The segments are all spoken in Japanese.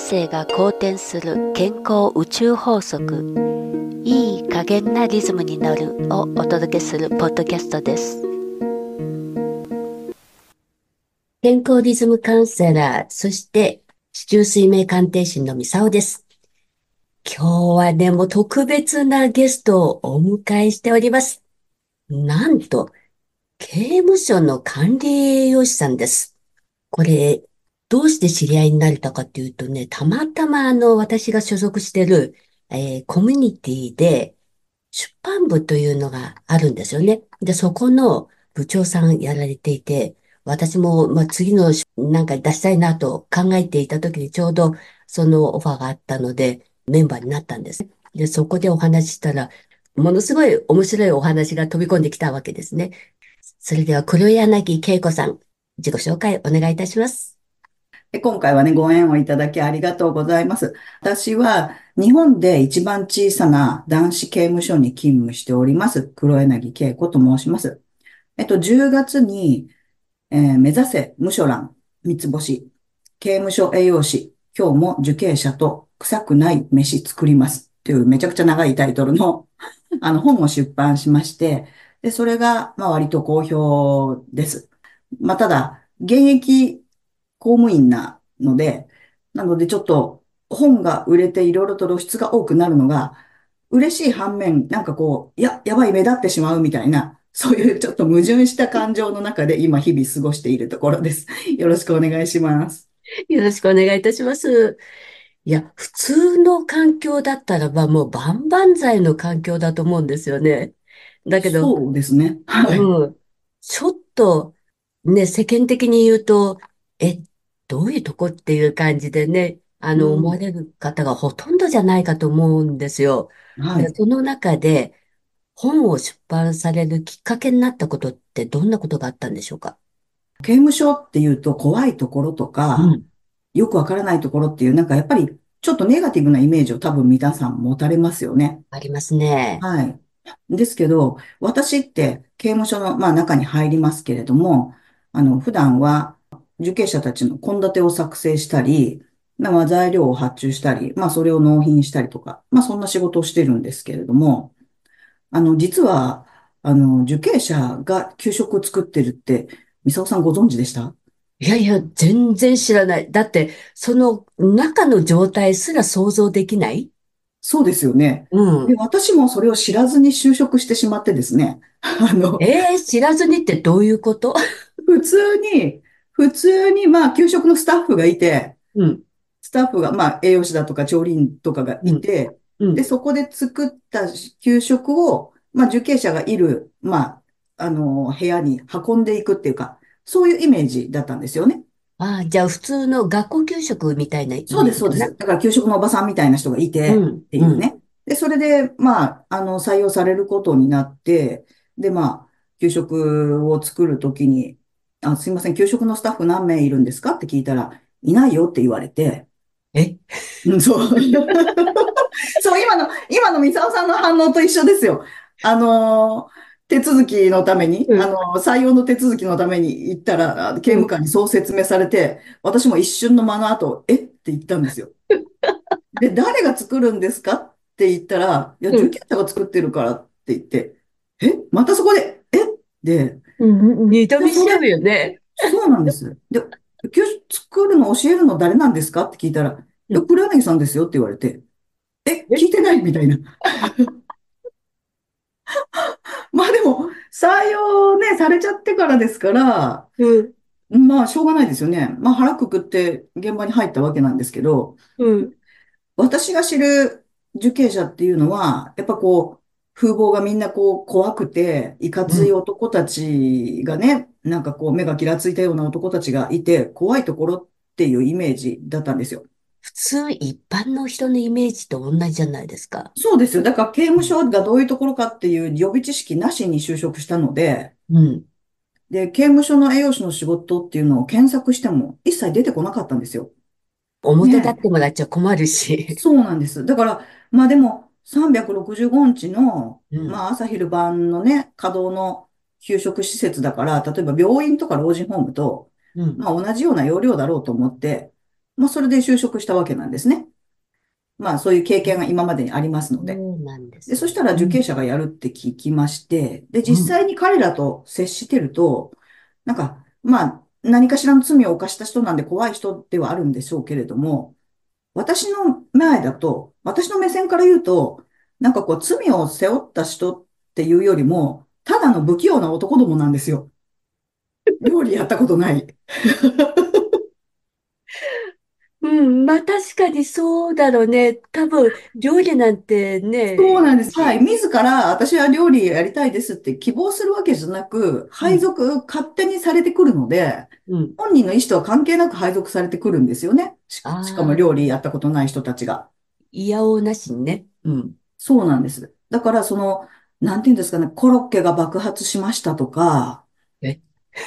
生が好転する健康宇宙法則、いい加減なリズムに乗るをお届けするポッドキャストです。健康リズムカウンセラー、そして地中水明鑑定士のミサオです。今日はね、もう特別なゲストをお迎えしております。なんと、刑務所の管理栄養士さんです。これ、どうして知り合いになれたかっていうとね、たまたま私が所属してる、コミュニティで出版部というのがあるんですよね。で、そこの部長さんやられていて、私も、次のなんか出したいなと考えていた時にちょうどそのオファーがあったのでメンバーになったんです。で、そこでお話ししたら、ものすごい面白いお話が飛び込んできたわけですね。それでは黒柳恵子さん、自己紹介お願いいたします。 今回はね、ご縁をいただきありがとうございます。私は日本で一番小さな男子刑務所に勤務しております。黒柳恵子と申します。10月に、目指せ無所覧三つ星刑務所栄養士今日も受刑者と臭くない飯作りますというめちゃくちゃ長いタイトルの本を出版しまして、で、それが割と好評です。ただ、現役公務員なので、なのでちょっと本が売れていろいろと露出が多くなるのが嬉しい反面、やばい目立ってしまうみたいな、そういうちょっと矛盾した感情の中で今日々過ごしているところです。よろしくお願いします。 よろしくお願いいたします。いや、普通の環境だったらばもう万々歳の環境だと思うんですよね。だけど、 そうですね。はい。 うん。ちょっと、ね、世間的に言うと、え、どういうとこっていう感じでね、思わうん。 れる方がほとんどじゃないかと思うんですよ。 はい。 でその中で、本を出版されるきっかけになったことってどんなことがあったんでしょうか？ 刑務所っていうと怖いところとか、 うん。 よくわからないところっていう、やっぱりちょっとネガティブなイメージを多分皆さん持たれますよね。 ありますね。 はい。ですけど、私って刑務所の、中に入りますけれども、普段は受刑者たちの献立を作成したり、材料を発注したり、それを納品したりとか、そんな仕事をしてるんですけれども、実は、受刑者が給食を作ってるって、ミサオさんご存知でした？ いやいや、全然知らない。だって、その中の状態すら想像できない。 そうですよね。で、 うん。 私もそれを知らずに就職してしまってですね、 知らずにってどういうこと？ 普通に、普通に、給食のスタッフがいて、 うん、 スタッフが、栄養士だとか調理員とかがうん、 いて、で、 うん。 そこで作った給食を、受刑者がいる、部屋に運んでいくっていうか、そういうイメージだったんですよね。 ああ、じゃあ普通の学校給食みたいなイそうです、 メージかな。 そうです。だから給食のおばさんみたいな人がいて、 うん、うん、 っていうね。で、それで、採用されることになって、で、給食を作るときに、すいません、給食のスタッフ何名いるんですかって聞いたら、いないよって言われて、 え、 うん、そう。そう、今の三沢さんの反応と一緒ですよ。手続きのために、 うん、 採用の手続きのために行ったら、刑うん。 務官にそう説明されて、私も一瞬の間の後、えって言ったんですよ。で、誰が作るんですかって言ったら、いや、 うん、 受刑者が作ってるからって言って、またそこで、で、 うん、二度じゃあそれ、 見しちゃうよね。 そうなんです。で、作るの教えるの誰なんですかって聞いたら、いや、 うん。 黒柳さんですよって言われて、聞いてないみたいな。でも、採用ね、されちゃってからですから、 うん、 しょうがないですよね。腹くくって現場に入ったわけなんですけど、 うん、 私が知る受刑者っていうのは、やっぱこう、風貌がみんなこう、怖くて、いかついうん。 男たちがね、目がきらついたような男たちがいて、怖いところっていうイメージだったんですよ。 普通一般の人のイメージと同じじゃないですか。 そうですよ。だから刑務所がどういうところかっていう予備知識なしに就職したので、 うん。 で、刑務所の栄養士の仕事っていうのを検索しても一切出てこなかったんですよ。 表立っねえ。 てもらっちゃ困るし。 そうなんです。だから、でも、365日の、 うん、 朝昼晩のね、稼働の給食施設だから、例えば病院とか老人ホームと、 うん、 同じような要領だろうと思って、 まあ、それで就職したわけなんですね。まあ、そういう経験が今までにありますので。 そうなんでで、 すね。 そしたらうん。 受刑者がやるって聞きまして、で、 うん。 実際に彼らと接してると、なんか、まあ、何かしらの罪を犯した人なんで怖い人ではあるんでしょうけれども、私の前だと、私の目線から言うと、なんかこう、罪を背負った人っていうよりも、ただの不器用な男どもなんですよ。料理やったことない。 うん。まあ確かにそうだろうね。多分、料理なんてね、 そうなんです。はい。自ら私は料理やりたいですって希望するわけじゃなく、配うん。 属勝手にされてくるので、 うん。 本人の意思とは関係なく配属されてくるんですよね。しかもああ、 料理やったことない人たちが。 いやおうなしにね。うん。 そうなんです。だからなんていうんですかね、コロッケが爆発しましたとか、 え、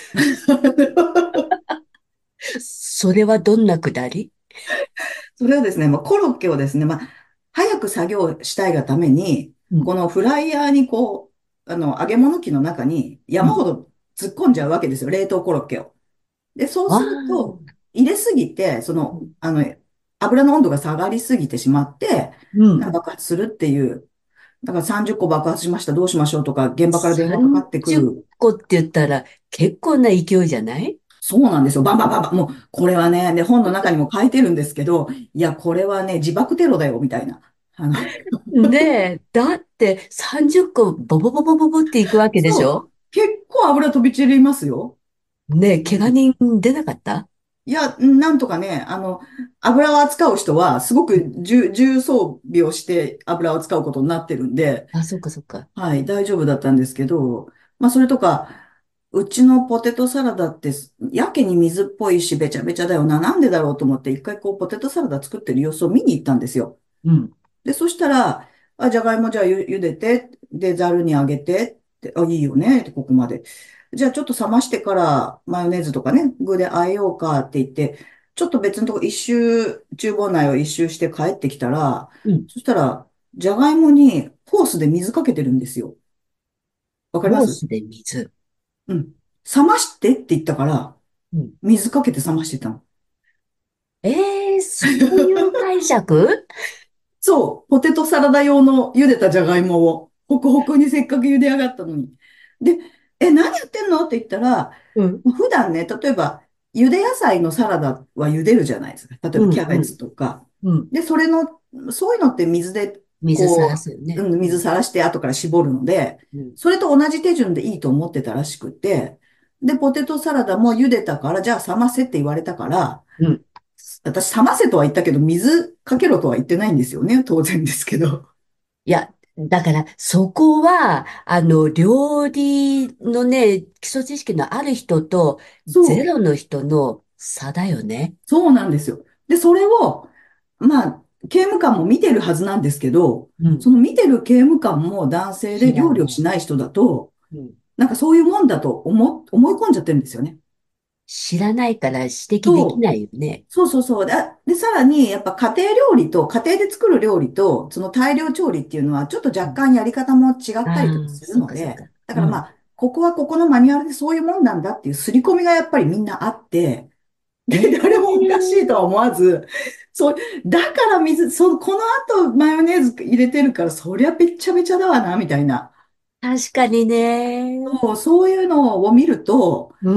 それはどんなくだり？ それはですね、まあ、コロッケをですね、まあ、早く作業したいがために、 うん。 このフライヤーに揚げ物機の中にうん。 山ほど突っ込んじゃうわけですよ、冷凍コロッケを。で、そうあすると、 あ、 入れすぎて、 うん。 油の温度が下がりすぎてしまって、 うん。 爆発するっていう。だから30個爆発しました、どうしましょうとか、現場から電話かかってく 30 る。 個って言ったら結構な勢いじゃない？ そうなんですよ。バンバンバンバン。もう、これはね、で、本の中にも書いてるんですけど、いや、これはね、自爆テロだよ、みたいな。 ねえ、だって30個ボボボボボボっていくわけでしそう。 ょ？ 結構油飛び散りますよ。 ねえ、怪我人出なかった？ いや、なんとかね、油を扱う人は、すごうん。 く重装備をして油を扱うことになってるんで、 あ、そっかそっか。 はい、大丈夫だったんですけど、まあ、それとか、うちのポテトサラダって、やけに水っぽいし、べちゃべちゃだよな。なんでだろうと思って、一回ポテトサラダ作ってる様子を見に行ったんですよ。 うん。 で、そしたら、じゃがいもじゃあ茹でて、で、ざるにあげて、いいよね、ってここまで。じゃあちょっと冷ましてからマヨネーズとかね、具で和えようかって言って、ちょっと別のとこ厨房内を一周して帰ってきたら、 うん。 そしたら、じゃがいもにホースで水かけてるんですよ。わかります？ ホースで水。 うん。冷ましてって言ったから、 うん。 水かけて冷ましてたの。 そういう解釈？ そう、ポテトサラダ用の茹でたじゃがいもを、ホクホクにせっかく茹で上がったのに。で、何やってんのって言ったら、 うん。 普段ね、例えば、茹で野菜のサラダは茹でるじゃないですか。例えうん。 ばキャベうん。 ツとか。 うん。 で、そういうのって水で、 水さらすよね。 水さらして後から絞るので、 うん。 それと同じ手順でいいと思ってたらしくて、で、ポテトサラダも茹でたから、じゃあ冷ませって言われたから、 うん。 私冷ませとは言ったけど、水かけろとは言ってないんですよね。当然ですけど。 いや、だから、そこは、料理のね、基礎知識のある人と、ゼそう。 ロの人の差だよね。 そうなんですよ。で、それを、まあ、刑務官も見てるはずなんですけど、 うん。 その見てる刑務官も男性で知ら料理をない。 しない人だと、 うん。 なんかそういうもんだと思い込んじゃってるんですよね。 知らないから指摘できそう。 ないよね。 そう。で、さらに、やっぱ家庭料理と、家庭で作る料理と、その大量調理っていうのは、ちょっとうん。 若干やり方も違ったりとかああ、 するそっので、 かそっか。 だかうん。 らまあ、ここはここのマニュアルでそういうもんなんだっていう刷り込みがやっぱりみんなあって、 えで、誰もおかしいとはえ、 思わず、そう、だからこの後マヨネーズ入れてるから、そりゃべっちゃべちゃだわな、みたいな。 確かにね。 そういうのを見ると、 うん。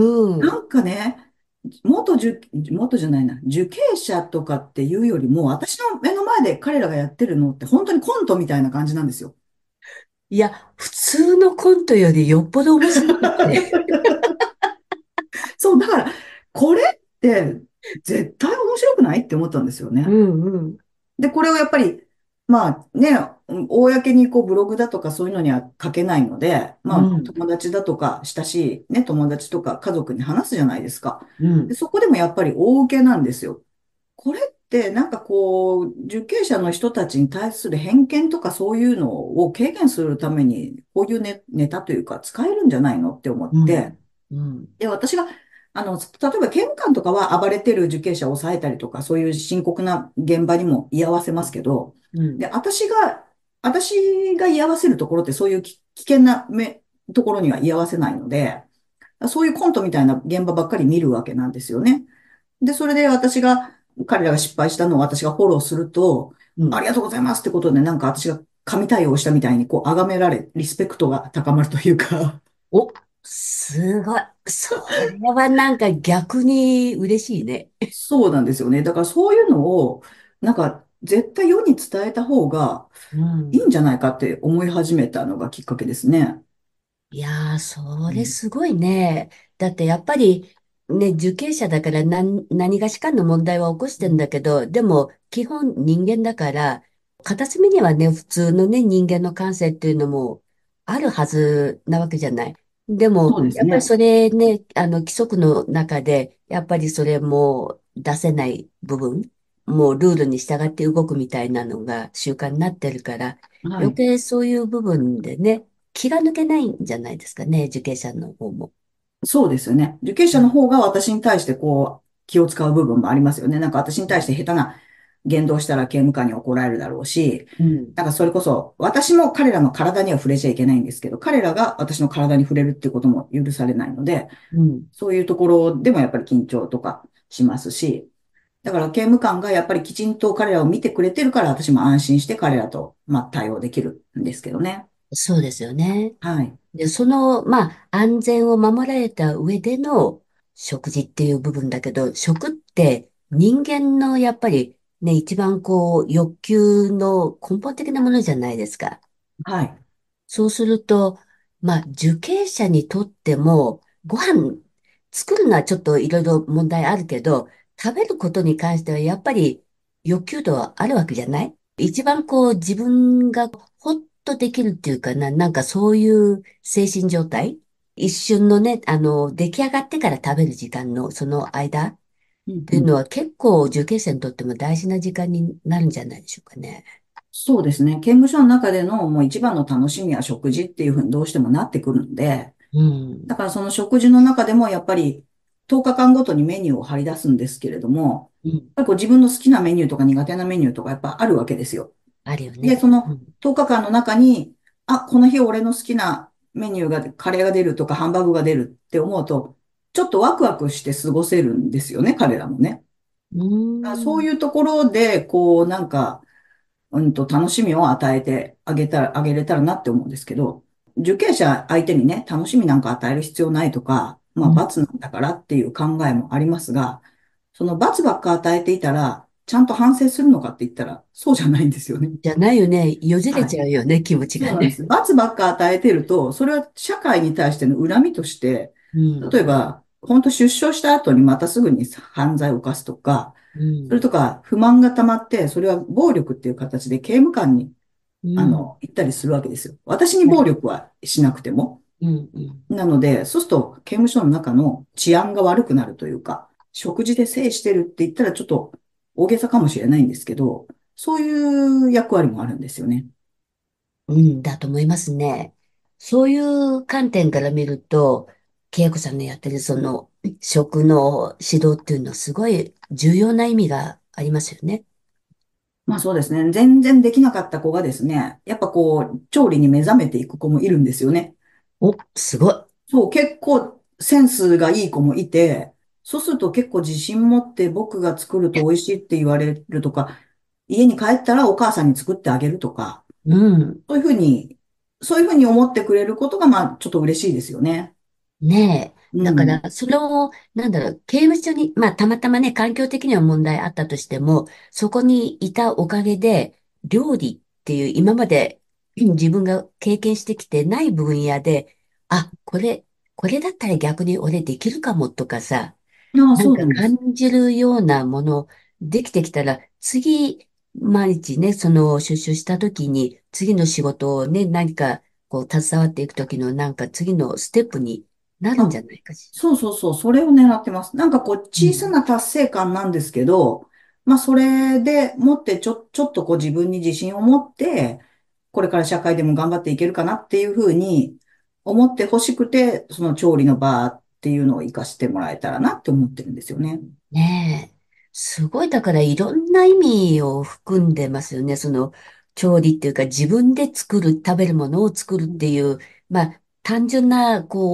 なんかね、元じゃないな、受刑者とかっていうよりも、私の目の前で彼らがやってるのって本当にコントみたいな感じなんですよ。 いや、普通のコントよりよっぽど面白くって。 そう、だから、これって絶対面白くないって思ったんですようね。 んうん。 で、これをやっぱり、まあね、公にブログだとかそういうのには書けないので、まあうん。 友達だとか親しいね、友達とか家族に話すじゃないですか。で、 うん。 そこでもやっぱり大受けなんですよ。これってなんか受刑者の人たちに対する偏見とかそういうのを軽減するために、こういうネタというか使えるんじゃないのって思って、 うん。うん。 で、私が、例えば刑務官とかは暴れてる受刑者を抑えたりとか、そういう深刻な現場にも居合わせますけど、で、 うん。 私が居合わせるところってそういう危険なところには居合わせないので、そういうコントみたいな現場ばっかり見るわけなんですよね。で、それで私が、 彼らが失敗したのを私がフォローすると、 うん。 ありがとうございますってことで、なんか私が神対応したみたいに、こう、崇められ、リスペクトが高まるというか、 お、すごい。それはなんか逆に嬉しいね。 そうなんですよね。だからそういうのを、なんか、絶対世に伝えた方がうん。 いいんじゃないかって思い始めたのがきっかけですね。 いやー、それうん、 すごいね。だってやっぱりね、受刑者だから何がしかの問題は起こしてんだけど、でも基本人間だから、片隅にはね、普通のね、人間の感性っていうのもあるはずなわけじゃない。でも、 そうですね。 やっぱりそれね、規則の中で、やっぱりそれも出せない部分、もうルールに従って動くみたいなのが習慣になってるから、 はい。 余計そういう部分でね、気が抜けないんじゃないですかね、受刑者の方も。 そうですよね。受刑者の方が私に対してこう、気を使う部分もありますよね。なんか私に対して下手な言動したら刑務官に怒られるだろうし、 うん、 なんかそれこそ、私も彼らの体には触れちゃいけないんですけど、彼らが私の体に触れるっていうことも許されないので、 うん、 そういうところでもやっぱり緊張とかしますし、だから刑務官がやっぱりきちんと彼らを見てくれてるから私も安心して彼らと、まあ、対応できるんですけどね。 そうですよね。 はい。 で、その、まあ、安全を守られた上での食事っていう部分だけど、食って人間のやっぱりね、一番こう、欲求の根本的なものじゃないですか。 はい。 そうすると、まあ、受刑者にとっても、ご飯作るのはちょっといろいろ問題あるけど、食べることに関してはやっぱり欲求度はあるわけじゃない。一番こう自分がほっとできるっていうかな、なんかそういう精神状態、一瞬のね、出来上がってから食べる時間のその間っうんうん。 ていうのは結構受刑者にとっても大事な時間になるんじゃないでしょうかね。 そうですね。刑務所の中でのもう一番の楽しみは食事っていうふうにどうしてもなってくるんで、 うん、 だからその食事の中でもやっぱり10日間ごとにメニューを張り出すんですけれども、 うん、 やっぱりこう自分の好きなメニューとか苦手なメニューとかやっぱあるわけですよ。で、 あるよね。 そのうん、 10日間の中に、あ、この日俺の好きなメニューが、カレーが出るとかハンバーグが出るって思うと、ちょっとワクワクして過ごせるんですよね、彼らもね。 うーん、 そういうところで、こう、なんか、楽しみを与えてあげれたらなって思うんですけど、受刑者相手にね、楽しみなんか与える必要ないとか、まあ、 うん。 罰なんだからっていう考えもありますが、その罰ばっか与えていたら、ちゃんと反省するのかって言ったら、そうじゃないんですよね。 じゃないよね。よじれはい。 ちゃうよね、気持ちがね。 そうなんです。罰ばっか与えてると、それは社会に対しての恨みとして、 うん、 例えば、本当出所した後にまたすぐに犯罪を犯すとか、 うん、 それとか不満が溜まって、それは暴力っていう形で刑務官に、 うん。 行ったりするわけですよ。私にはい。 暴力はしなくても。 うん、うん。 なので、そうすると刑務所の中の治安が悪くなるというか、食事で制してるって言ったらちょっと大げさかもしれないんですけど、そういう役割もあるんですよね。 うんだと思いますね。そういう観点から見ると、恵子さんのやってるその食の指導っていうのはすごい重要な意味がありますよね。 まあそうですね。全然できなかった子がですね、やっぱこう、調理に目覚めていく子もいるんですよね。 お、すごい。 そう、結構センスがいい子もいて、そうすると結構自信持って僕が作ると美味しいって言われるとか、家に帰ったらお母さんに作ってあげるとか、 うん。 そういうふうに、そういうふうに思ってくれることが、まあちょっと嬉しいですよね。 ねえ。 うん。 だから、それを、なんだろう、刑務所に、まあ、たまたまね、環境的には問題あったとしても、そこにいたおかげで、料理っていう今まで自分が経験してきてない分野で、あ、これだったら逆に俺できるかもとかさ、 ああ、 なんかそうなんです。 感じるようなもの、できてきたら、次、毎日ね、その出所した時に、次の仕事をね、何か、こう、携わっていく時の、なんか次のステップになるんじゃあ、 ないかしそうそうそう、それを狙ってます。なんかこう、 ら。うん。 小さな達成感なんですけど、まあ、それでもってちょっとこう自分に自信を持って、これから社会でも頑張っていけるかなっていうふうに思ってほしくて、その調理の場っていうのを活かしてもらえたらなって思ってるんですよね。 ねえ。すごい、だからいろんな意味を含んでますよね。その、調理っていうか、自分で作る、食べるものを作るっていう、まあ、単純な、こう、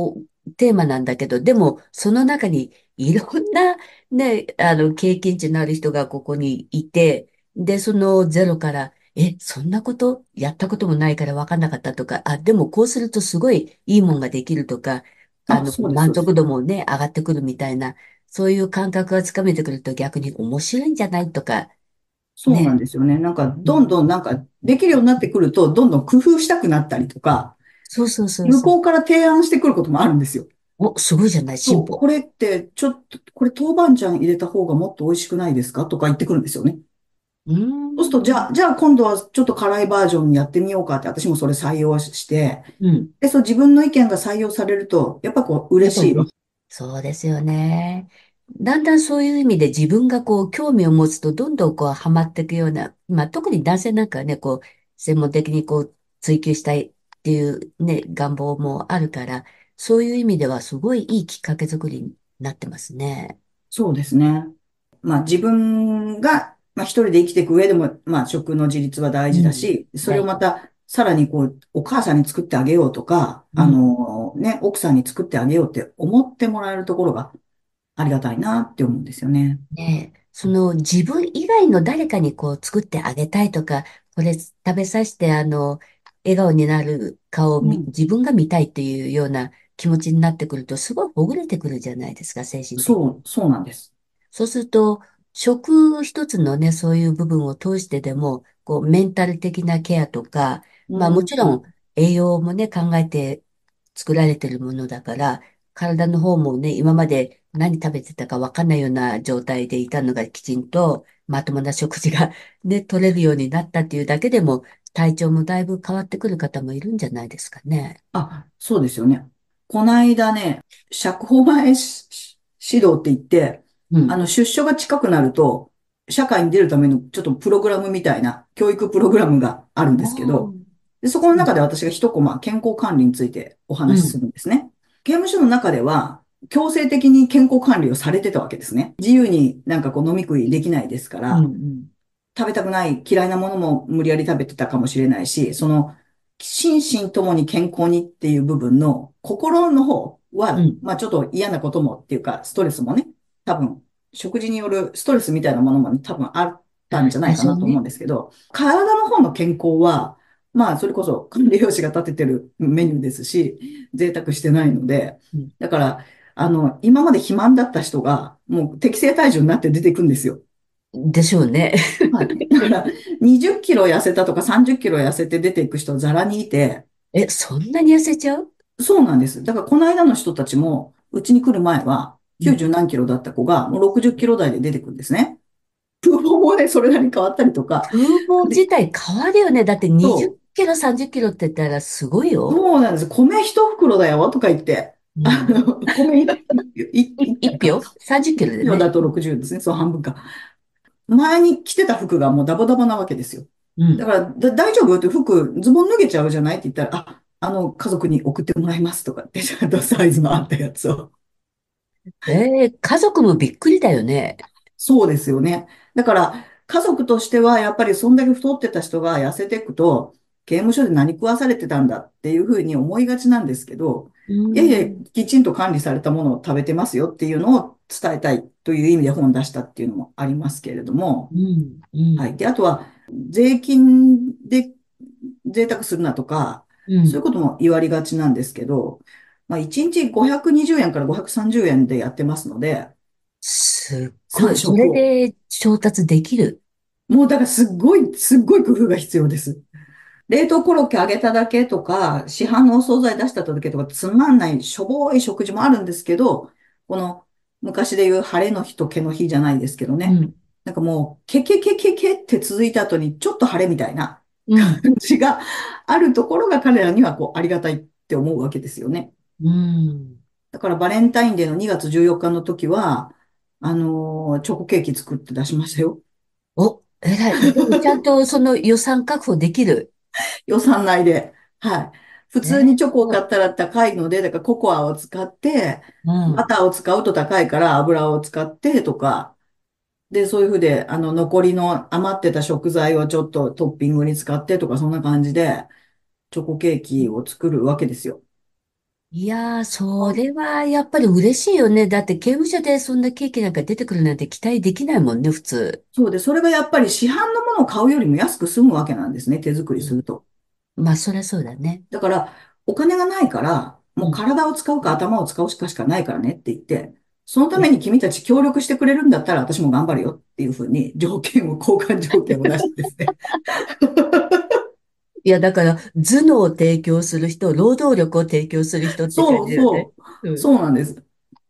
テーマなんだけど、でも、その中にいろんなね、経験値のある人がここにいて、で、そのゼロから、そんなことやったこともないから分かんなかったとか、でもこうするとすごいいいもんができるとか、 あ、そうです、そうです。 満足度もね、上がってくるみたいな、そういう感覚がつかめてくると逆に面白いんじゃないとか、 そうなんね。 ですよね。なんか、 うんどんどんなんか、できるようになってくると、どんどん工夫したくなったりとか、 そうそうそうそう。 向こうから提案してくることもあるんですよ。 すごいじゃない、 そう、 進歩。 これって、ちょっと、これ豆板醤入れた方がもっと美味しくないですかとか言ってくるんですよね。 うーそうすると、 ん。 じゃあ今度はちょっと辛いバージョンやってみようかって、私もそれ採用して、 うん。 で、そう自分の意見が採用されると、やっぱこう、嬉しい。 やっぱ嬉しい。そうですよね。だんだんそういう意味で自分がこう興味を持つとどんどんこうハマっていくような、まあ特に男性なんかはね、こう専門的にこう追求したいっていうね、願望もあるから、そういう意味ではすごいいいきっかけ作りになってますね。 そうですね。まあ自分が、まあ一人で生きていく上でも、まあ食の自立は大事だうん。 し、それを大事。 またさらにこう、お母さんに作ってあげようとか、 うん。 奥さんに作ってあげようって思ってもらえるところがありがたいなって思うんですよね。 ねえ、その自分以外の誰かにこう作ってあげたいとか、これ食べさせて笑顔になる顔をうん。 自分が見たいっていうような気持ちになってくると、すごいほぐれてくるじゃないですか、精神的に。 そうなんです。 そうすると、食一つのね、そういう部分を通してでも、こう、メンタル的なケアとか、 うまあもん。 ちろん栄養もね、考えて作られてるものだから、体の方もね、今まで何食べてたかわかんないような状態でいたのがきちんと、まともな食事がね、取れるようになったっていうだけでも、体調もだいぶ変わってくる方もいるんじゃないですかね。 あ、そうですよね。この間ね、釈放前指導って言って、 うん。 出所が近くなると、社会に出るためのちょっとプログラムみたいな、教育プログラムがあるんですけああ、 ど、で、そこのそう。 中で私が一コマ、健康管理についてお話しすうん。 るんですね。刑務所の中では、強制的に健康管理をされてたわけですね。自由になんかこう飲み食いできないですかうん。うら、 ん。 食べたくない嫌いなものも無理やり食べてたかもしれないし、その心身ともに健康にっていう部分の心の方は、 うん。 まあちょっと嫌なこともっていうか、ストレスもね、多分、食事によるストレスみたいなものも、ね、多分あったんじゃないかなと思うん多少ね。 ですけど、体の方の健康は、まあそれこそ管理栄養士が立ててるメニューですし、贅沢してないので、 うん。 だから、今まで肥満だった人が、もう適正体重になって出てくるんですよ。 でしょうね。 はい。だから、20キロ痩せたとか30キロ痩せて出ていく人ざらにいて、 そんなに痩せちゃう？ そうなんです。だから、この間の人たちも、うちに来る前は、 うん。 90何キロだった子が、もう60キロ台で出てくるんですね。風貌もね、それなりに変わったりとか。 風貌自で、 体変わるよね。だって20キそう、 ロ、30キロって言ったらすごいよ。 そうなんです。米一袋だよとか言って、 うん。 米一票 ?30 キロでね。 キロだと60ですね。そう、半分か。前に着てた服がもうダボダボなわけですよ。 うん。 だから、大丈夫って服、ズボン脱げちゃうじゃないって言ったら、家族に送ってもらいますとかって、ちゃんとサイズのあったやつを。 家族もびっくりだよね。 そうですよね。だから、家族としては、やっぱりそんだけ太ってた人が痩せていくと、刑務所で何食わされてたんだっていうふうに思いがちなんですけど、 ういやいや、 ん。 きちんと管理されたものを食べてますよっていうのを伝えたいという意味で本を出したっていうのもありますけれども、 うん。うはい。 ん。 で、あとは、税金で贅沢するなとか、 うん。 そういうことも言われがちなんですけど、まあ、1日520円から530円でやってますので、 すっご 3 い。そ食を。 れで調達できる。 もうだからすっごい工夫が必要です。冷凍コロッケ揚げただけとか、市販のお惣菜出しただけとか、つまんないしょぼい食事もあるんですけど、この昔で言う晴れの日と毛の日じゃないですけどね。 うん。 なんかもう、ケって続いた後にちょっと晴れみたいなうん。 感じがあるところが彼らにはこうありがたいって思うわけですよね。 うん。 だからバレンタインデーの2月14日の時は、チョコケーキ作って出しましたよ。 偉い。でもちゃんとその予算確保できる。 予算内で。はい。普通にチョコをすごい。 買ったら高いので、だからココアを使って、 うん。 バターを使うと高いから油を使ってとか、で、そういうふうで、残りの余ってた食材をちょっとトッピングに使ってとか、そんな感じで、チョコケーキを作るわけですよ。 いやー、それはやっぱり嬉しいよね。だって刑務所でそんなケーキなんか出てくるなんて期待できないもんね、普通。 そうで、それがやっぱり市販のものを買うよりも安く済むわけなんですね、手作りうん。 すると。 まあ、そりゃそうだね。 だから、お金がないから、もううん。 体を使うか頭を使うしかないからねって言って、そのたいや、 めに君たち協力してくれるんだったら私も頑張るよっていうふうに交換条件を出してですね。 いやだから、頭脳を提供する人、労働力を提供する人って感そうじだよね。 そう、 うん。 そうなんです。うん。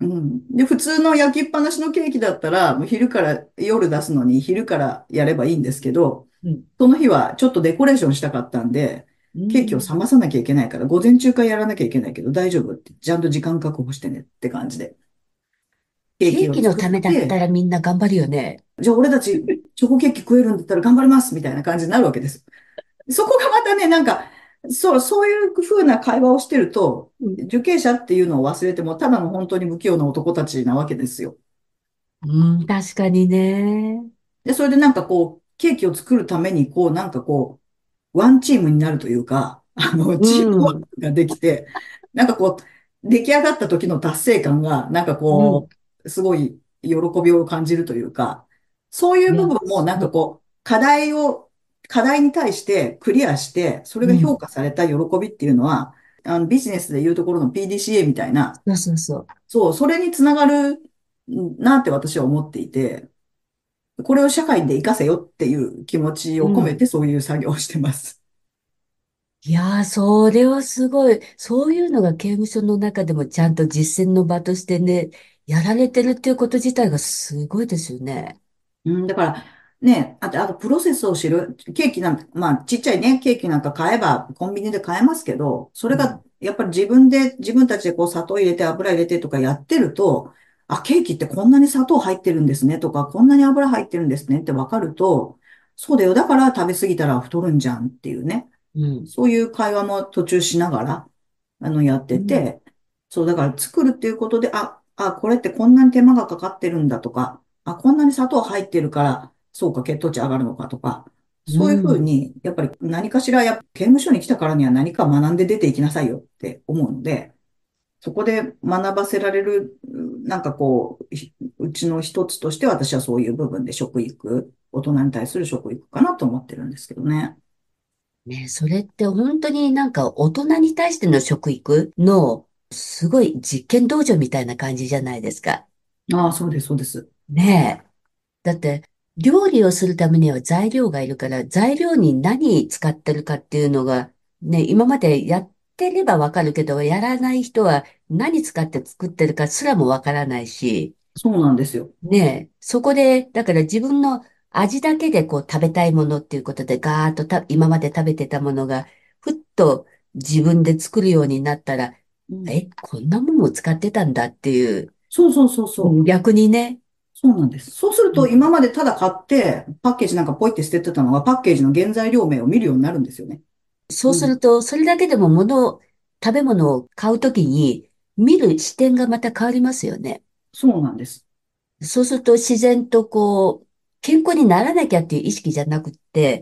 で、普通の焼きっぱなしのケーキだったら、もう昼から夜出すのに昼からやればいいんですけど、 うん。 その日はちょっとデコレーションしたかったんで、 うケーキをん。 冷まさなきゃいけないから、午前中からやらなきゃいけないけど大丈夫って、ちゃんと時間確保してねって感じで、ケーケーキを作っキのためだったて、 らみんな頑張るよね。 じゃあ俺たちチョコケーキ食えるんだったら頑張りますみたいな感じになるわけです。そこがまたね、なんか、そういう風な会話をしてると、 うん。 受刑者っていうのを忘れても、ただの本当に不器用な男たちなわけですよ。 うん、確かにね。 で、それでなんかこう、ケーキを作るために、こう、なんかこう、ワンチームになるというか、 うチームワーん。 クができて、なんかこう、出来上がった時の達成感が、なんかうん。 こう、すごい喜びを感じるというか、そういういや、 部分もなんそう。 かこう、課題に対してクリアして、それが評うん。 価された喜びっていうのは、ビジネスでいうところの PDCA みたいな、 そうそうそう。 そう、それにつながるなって私は思っていて、これを社会で活かせよっていう気持ちを込めうん。 てそういう作業をしてます。 いやー、それはすごい。そういうのが刑務所の中でもちゃんと実践の場としてね、やられてるっていうこと自体がすごいですよね。 うん、だから、ね、あとプロセスを知る。ケーキなんか、まあ、ちっちゃいね、ケーキなんか買えば、コンビニで買えますけど、そうん。 れが、やっぱり自分たちでこう、砂糖入れて、油入れてとかやってると、あ、ケーキってこんなに砂糖入ってるんですねとか、こんなに油入ってるんですねってわかると、そうだよ。だから食べ過ぎたら太るんじゃんっていうね。 うん。 そういう会話も途中しながら、やっうん。 てて、そう、だから作るっていうことで、これってこんなに手間がかかってるんだとか、こんなに砂糖入ってるから、そうか、血糖値上がるのかとか、 うそういうふうん。 に、やっぱり何かしら、刑務所に来たからには何か学んで出ていきなさいよって思うので、そこで学ばせられる、なんかこう、うちの一つとして私はそういう部分で食育、大人に対する食育かなと思ってるんですけどね。 ね、それって本当になんか大人に対しての食育のすごい実験道場みたいな感じじゃないですか。 ああ、そうです、そうです。 ねえ。だって、料理をするためには材料がいるから、材料に何使ってるかっていうのが、ね、今までやってればわかるけど、やらない人は何使って作ってるかすらもわからないし、 そうなんですよ。 ねえ、そこで、だから自分の味だけでこう食べたいものっていうことでガーッと今まで食べてたものが、ふっと自分で作るようになったら、 うん。 こんなものを使ってたんだっていう、 そうそうそうそう。 逆にね、 そうなんです。そうすると、 うん。 今までただ買って、パッケージなんかポイって捨ててたのが、パッケージの原材料名を見るようになるんですよね。 そううん。 すると、それだけでも食べ物を買うときに、見る視点がまた変わりますよね。 そうなんです。 そうすると自然とこう、健康にならなきゃっていう意識じゃなくって、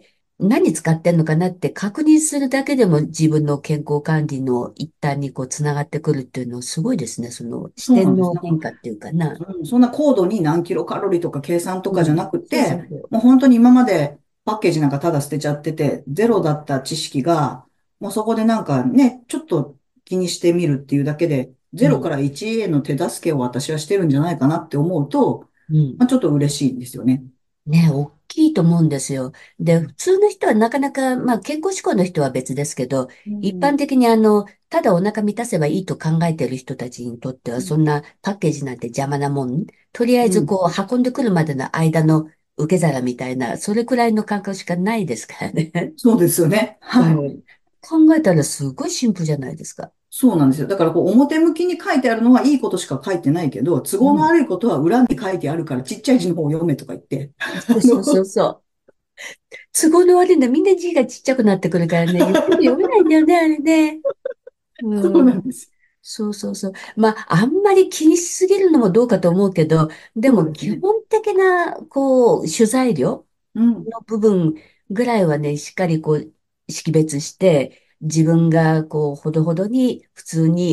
何使ってんのかなって確認するだけでも自分の健康管理の一端にこう、つながってくるっていうのすごいですね。その視点そうなんです。なんか、 の変化っていうかな。 そんな高度に何キロカロリーとか計算とうん。 かじゃなくそうそうて、 そう。 もう本当に今までパッケージなんかただ捨てちゃってて、ゼロだった知識が、もうそこでなんかね、ちょっと気にしてみるっていうだけで、 うん。 ゼロから1への手助けを私はしてるんじゃないかなって思うと、 うん。 まあ、ちょっと嬉しいんですよね。 ね、大きいと思うんですよ。で、普通の人はなかなか、まあ健康志向の人は別ですけど、一うん。 般的にただお腹満たせばいいと考えている人たちにとっては、そんなパッケージなんて邪魔なもん。とりあえうん。 ずこう運んでくるまでの間の受け皿みたいな、それくらいの感覚しかないですからね。 そうですよね。はい。 うん。考えたらすごいシンプルじゃないですか。 そうなんですよ。だからこう表向きに書いてあるのはいいことしか書いてないけど、都合のうん。 悪いことは裏に書いてあるからちっちゃい字の方を読めとか言って、 そうそうそうそう。都合の悪いんだ。みんな字がちっちゃくなってくるからね、ゆっくり読めないんだよね、あれね。 そううん。 なんです。 そうそうそう。まあ、あんまり気にしすぎるのもどうかと思うけど、でも基そうですね。 本的な、こう、取材量うん。 の部分ぐらいはね、しっかりこう、識別して、自分がこう、ほどほどに普通に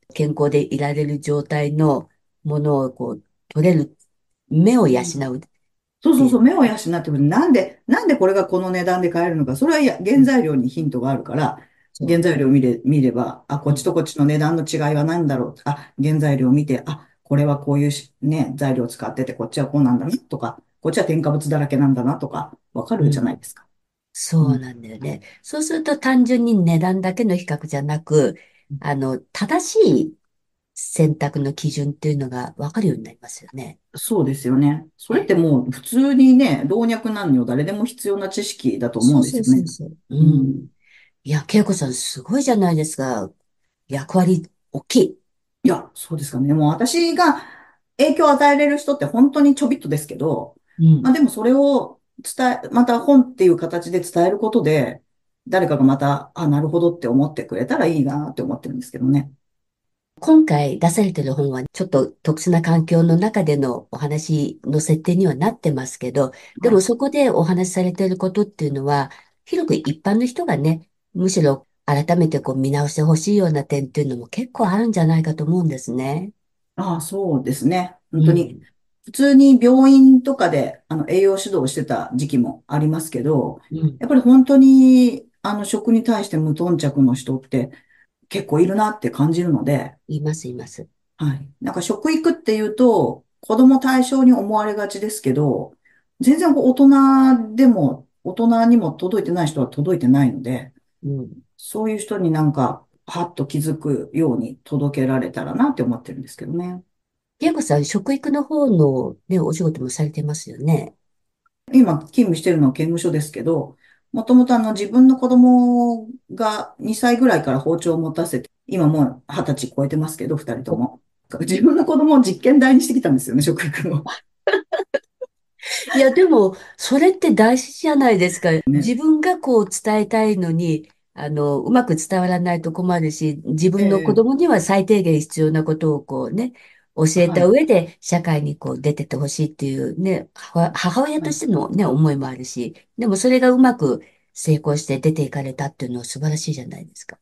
健康でいられる状態のものを取れる、目を養うっていう。 そうそうそう、目を養ってくる。なんでこれがこの値段で買えるのか。それは原うん、 材料にヒントがあるから、原そ材料を見れば、あ、こう。うん、 っちとこっちの値段の違いは何だろう。あ、原材料を見て、あ、これはこういうね、材料を使ってて、こっちはこうなんだなとか、こっちは添加物だらけなんだなとか、わかるじゃうん。 ないですか。うん。 そうなんだよね。そうすると単純に値段だけの比較じゃなく、正しい選択の基準っていうのが分かるようになりますよね。 そうですよね。それっね。 てもう普通にね、老若男女誰でも必要な知識だと思うそうそうんですよね。 そうそう。 うん。 うん。いや、恵子さんすごいじゃないですか。役割大きい。 いや、そうですかね。もう私が影響を与えれる人って本当にちょびっとですけど、 うん。 まあでもそれをまた本っていう形で伝えることで、誰かがまた、あ、なるほどって思ってくれたらいいなって思ってるんですけどね。 今回出されてる本はちょっと特殊な環境の中でのお話の設定にはなってますけど、ではい。 もそこでお話しされていることっていうのは、広く一般の人がね、むしろ改めて見直してほしいような点っていうのも結構あるんじゃないかと思うんですね。 ああ、そうですね。本当に。 うん。 普通に病院とかで、栄養指導をしてた時期もありますけど、 うん。 やっぱり本当に、食に対して無頓着の人って結構いるなって感じるので、 います、います。 はい。なんか食育っていうと、子供対象に思われがちですけど、全然大人にも届いてない人は届いてないので、 うん。 そういう人になんか、はっと気づくように届けられたらなって思ってるんですけどね。 恵子さん、食育の方のね、お仕事もされてますよね。 今、勤務してるのは刑務所ですけど、もともと自分の子供が2歳ぐらいから包丁を持たせて、今もう20歳超えてますけど、2人とおも。自分の子供を実験台にしてきたんですよね、食育の。 いや、でも、それって大事じゃないですか。 ね。 自分が伝えたいのに、うまく伝わらないと困るし、自分の子ええ供には最低限必要なことを教えたはい。 上で、社会に出てってほしいっていうね、母親はい。 としてのね、思いもあるし、でもそれがうまく成功して出ていかれたっていうのは素晴らしいじゃないですか。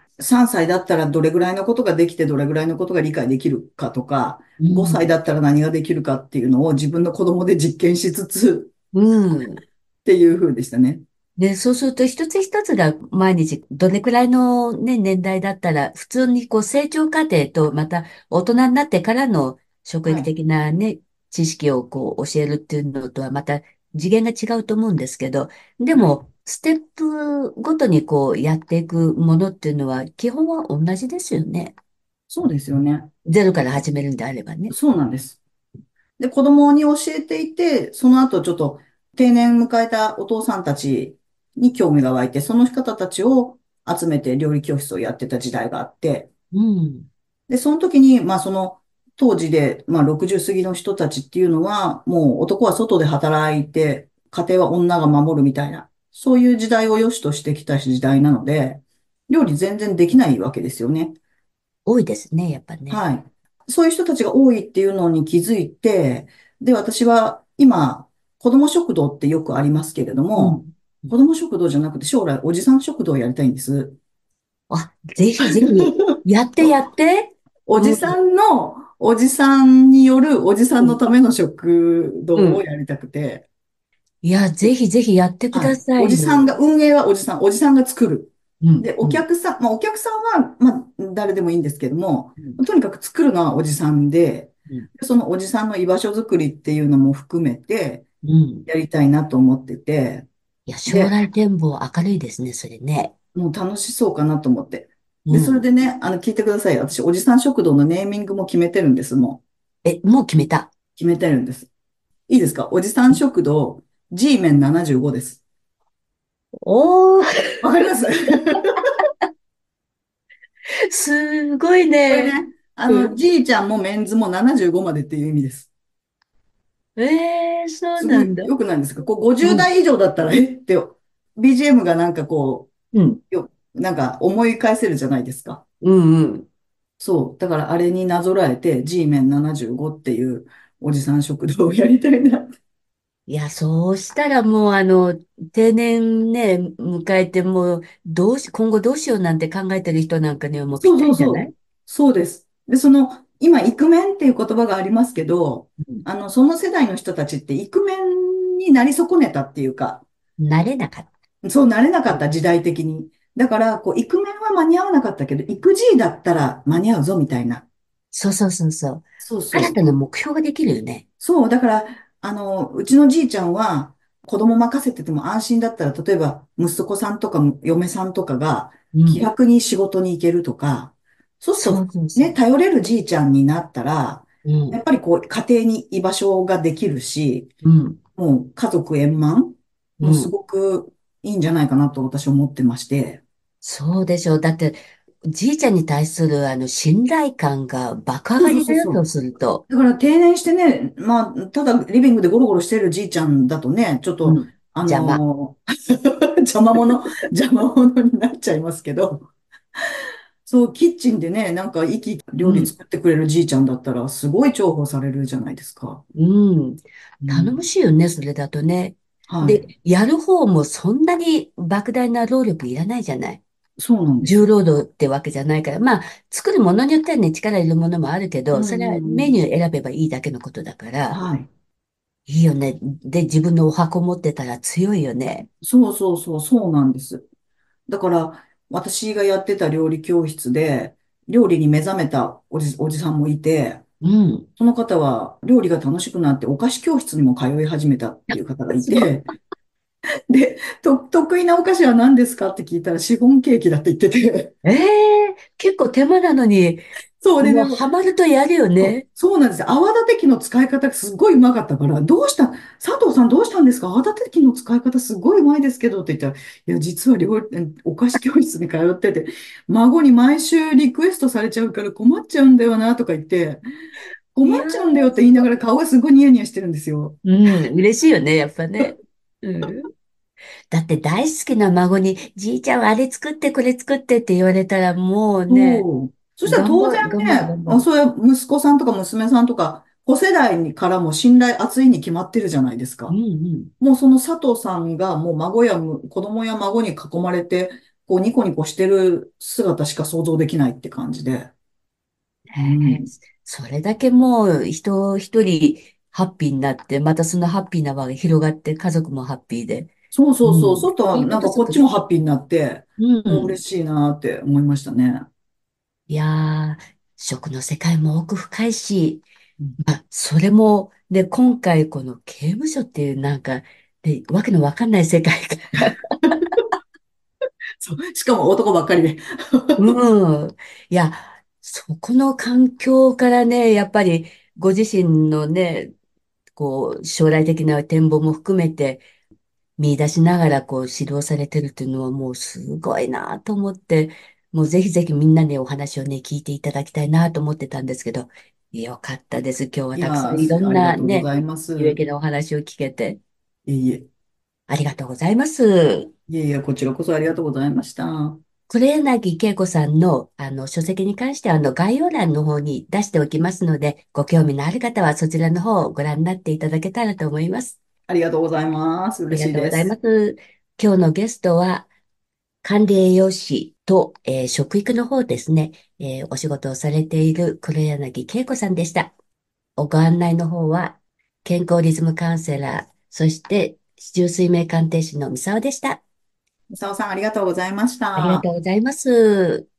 3歳だったらどれぐらいのことができてどれぐらいのことが理解できるかとか、5歳うん。 だったら何ができるかっていうのを自分の子供で実験しつつうん。 っていう風でしたね。 で、そうすると一つ一つが毎日どれくらいのね、年代だったら、普通に成長過程とまた大人になってからの職はい。 域的なね、知識を教えるっていうのとはまた次元が違うと思うんですけど、ではい。 も、ステップごとにやっていくものっていうのは基本は同じですよね。 そうですよね。 ゼロから始めるんであればね。 そうなんです。で、子供に教えていて、その後ちょっと定年迎えたお父さんたちに興味が湧いて、その方たちを集めて料理教室をやってた時代があって、 うん。 で、その時に、まあその当時で、まあ60過ぎの人たちっていうのは、もう男は外で働いて、家庭は女が守るみたいな、そういう時代を良しとしてきた時代なので、料理全然できないわけですよね。 多いですね、やっぱね。 はい。そういう人たちが多いっていうのに気づいて、で、私は今、子ども食堂ってよくありますけれども、 うん。 子ども食堂じゃなくて将来おじさん食堂をやりたいんです。 あ、ぜひぜひ、やってやって。 おじうん。 さんの、おじさんによるおじさんのうん。 ための食堂をうん。 やりたくて、 いや、ぜひぜひやってくはい。 ださおじさんいよ。 が、運営はおじさんが作る。 うん、 で、 うん、 お客さんは、まあ、誰でもいいんですけども、 うん、 とにかく作るのはおじさんで、 うん。 そのおじさんの居場所づくりっていうのも含めて、 うん。 やりたいなと思ってて、 いや、将で、 来展望明るいですね、それね。 もう楽しそうかなと思って。で、それうん。 でね、聞いてください。私、おじさん食堂のネーミングも決めてるんです。もう、 え、もう決めた？ 決めてるんです。いいですか？おじさん食堂、G メン75です。 おー、 わかりますすごいこれね、 ね。うん。 じいちゃんもメンズも75までっていう意味です。 そうすごいなんだ。 良くないですか？こう50 うん、 代以上だったら、えって、BGM がなんかこうん、 う、なんか思い返せるじゃないですか。 うん、うん。 そう。だからあれになぞらえて G メン75っていうおじさん食堂をやりたいな。 いや、そうしたらもう定年ね、迎えてもう、今後どうしようなんて考えてる人なんかにはもうぴっそうたりじゃない？ そうそう。 そうです。で、今、イクメンっていう言葉がありますけど、 うん。 その世代の人たちってイクメンになり損ねたっていうか、 慣れなかった。 そうなれなかうん。 った時代的に。だから、イクメンは間に合わなかったけど、イク G だったら間に合うぞみたいな。 そうそうそうそう。 そうそう。 新たな目標ができるよね。 そう、だから、うちのじいちゃんは、子供任せてても安心だったら、例えば、息子さんとか嫁さんとかが、気うん。 楽に仕事に行けるとか、そうすると、 そうそうそね、 う。 頼れるじいちゃんになったら、 うん。 やっぱり家庭に居場所ができるし、 うん。 もう家族円満、もうすうん。 ごくいいんじゃないかなと私は思ってまして。 そうでしょう。だって、じいちゃんに対する信頼感が爆上そうがりだよ、 そうそうそう。 そうすると。 だから定年してね、まあ、ただリビングでゴロゴロしてるじいちゃんだとね、ちょっと、 うん。邪魔。 邪魔者になっちゃいますけど、そう、キッチンでね、なんか料理うん。 作ってくれるじいちゃんだったら、すごい重宝されるじゃないですか。 うん。頼もうん。 しいよね、それだとね。 はい。 で、やる方もそんなに莫大な労力いらないじゃない。 そうなんですよ。 重労働ってわけじゃないから。まあ、作るものによってはね、力いるものもあるけど、 うんそれはうんうん。 メニュー選べばいいだけのことだから、 はい。 いいよね。で、自分のお箱持ってたら強いよね。 そうそうそう、そうなんです。だから、私がやってた料理教室で、料理に目覚めたおじさんもいて、 うん。 その方は料理が楽しくなってお菓子教室にも通い始めたっていう方がいすごい。 て、で、得意なお菓子は何ですかって聞いたらシフォンケーキだって言ってて、 ええ、結構手間なのに、 そうでね、 もうハマるとやるよね。 そうなんですよ。泡立て器の使い方がすごいうまかったから、佐藤さんどうしたんですか？泡立て器の使い方すごいうまいですけどって言ったら、いや、実はお菓子教室に通ってて、孫に毎週リクエストされちゃうから困っちゃうんだよなとか言って、 いやー、 困っちゃうんだよって言いながらすごい。 顔がすごいニヤニヤしてるんですよ。 うん、嬉しいよね、やっぱね。うん。だって大好きな孫に、じいちゃんはあれ作ってこれ作ってって言われたらもうね、 そう。そしたら当然頑張るね、 頑張る。 そういう息子さんとか娘さんとか、子世代にからも信頼厚いに決まってるじゃないですうんか。 うん。 もうその佐藤さんがもう子供や孫に囲まれて、ニコニコしてる姿しか想像できないって感じで。うへえ、 ん。 それだけもう人一人ハッピーになって、またそのハッピーな輪が広がって家族もハッピーで。 そうそうそう。 うん。 そうと、 いいこなんかこっとずくで。 ちもハッピーになって、 うん。 もう嬉しいなって思いましたね。 いやー、食の世界も奥深いし、 うん。 まあ、それも、ね、今回この刑務所っていうなんか、で、わけのわかんない世界が。 そう。しかも男ばっかりで。 うん。いや、そこの環境からね、やっぱりご自身のね、こう、将来的な展望も含めて見出しながらこう指導されてるっていうのはもうすごいなと思って、もうぜひぜひみんなにお話をね、聞いていただきたいなと思ってたんですけど、よかったです。今日はたくさいやー、 んいろんありがなね、 とうございます。 有益なお話を聞けて、 いえいえ。 ありがとうございます。 いえいえ、こちらこそありがとうございました。 黒柳恵子さんの、書籍に関しては、概要欄の方に出しておきますので、ご興味のある方はそちらの方をご覧になっていただけたらと思います。 ありがとうございます。 あり嬉がとうございましいです。 す。今日のゲストは、管理栄養士と、食育の方ですね、お仕事をされている黒柳恵子さんでした。ご案内の方は、健康リズムカウンセラー、そして、四柱推命鑑定士の三沢でした。 みさおさん、ありがとうございましありがた。 とうございます。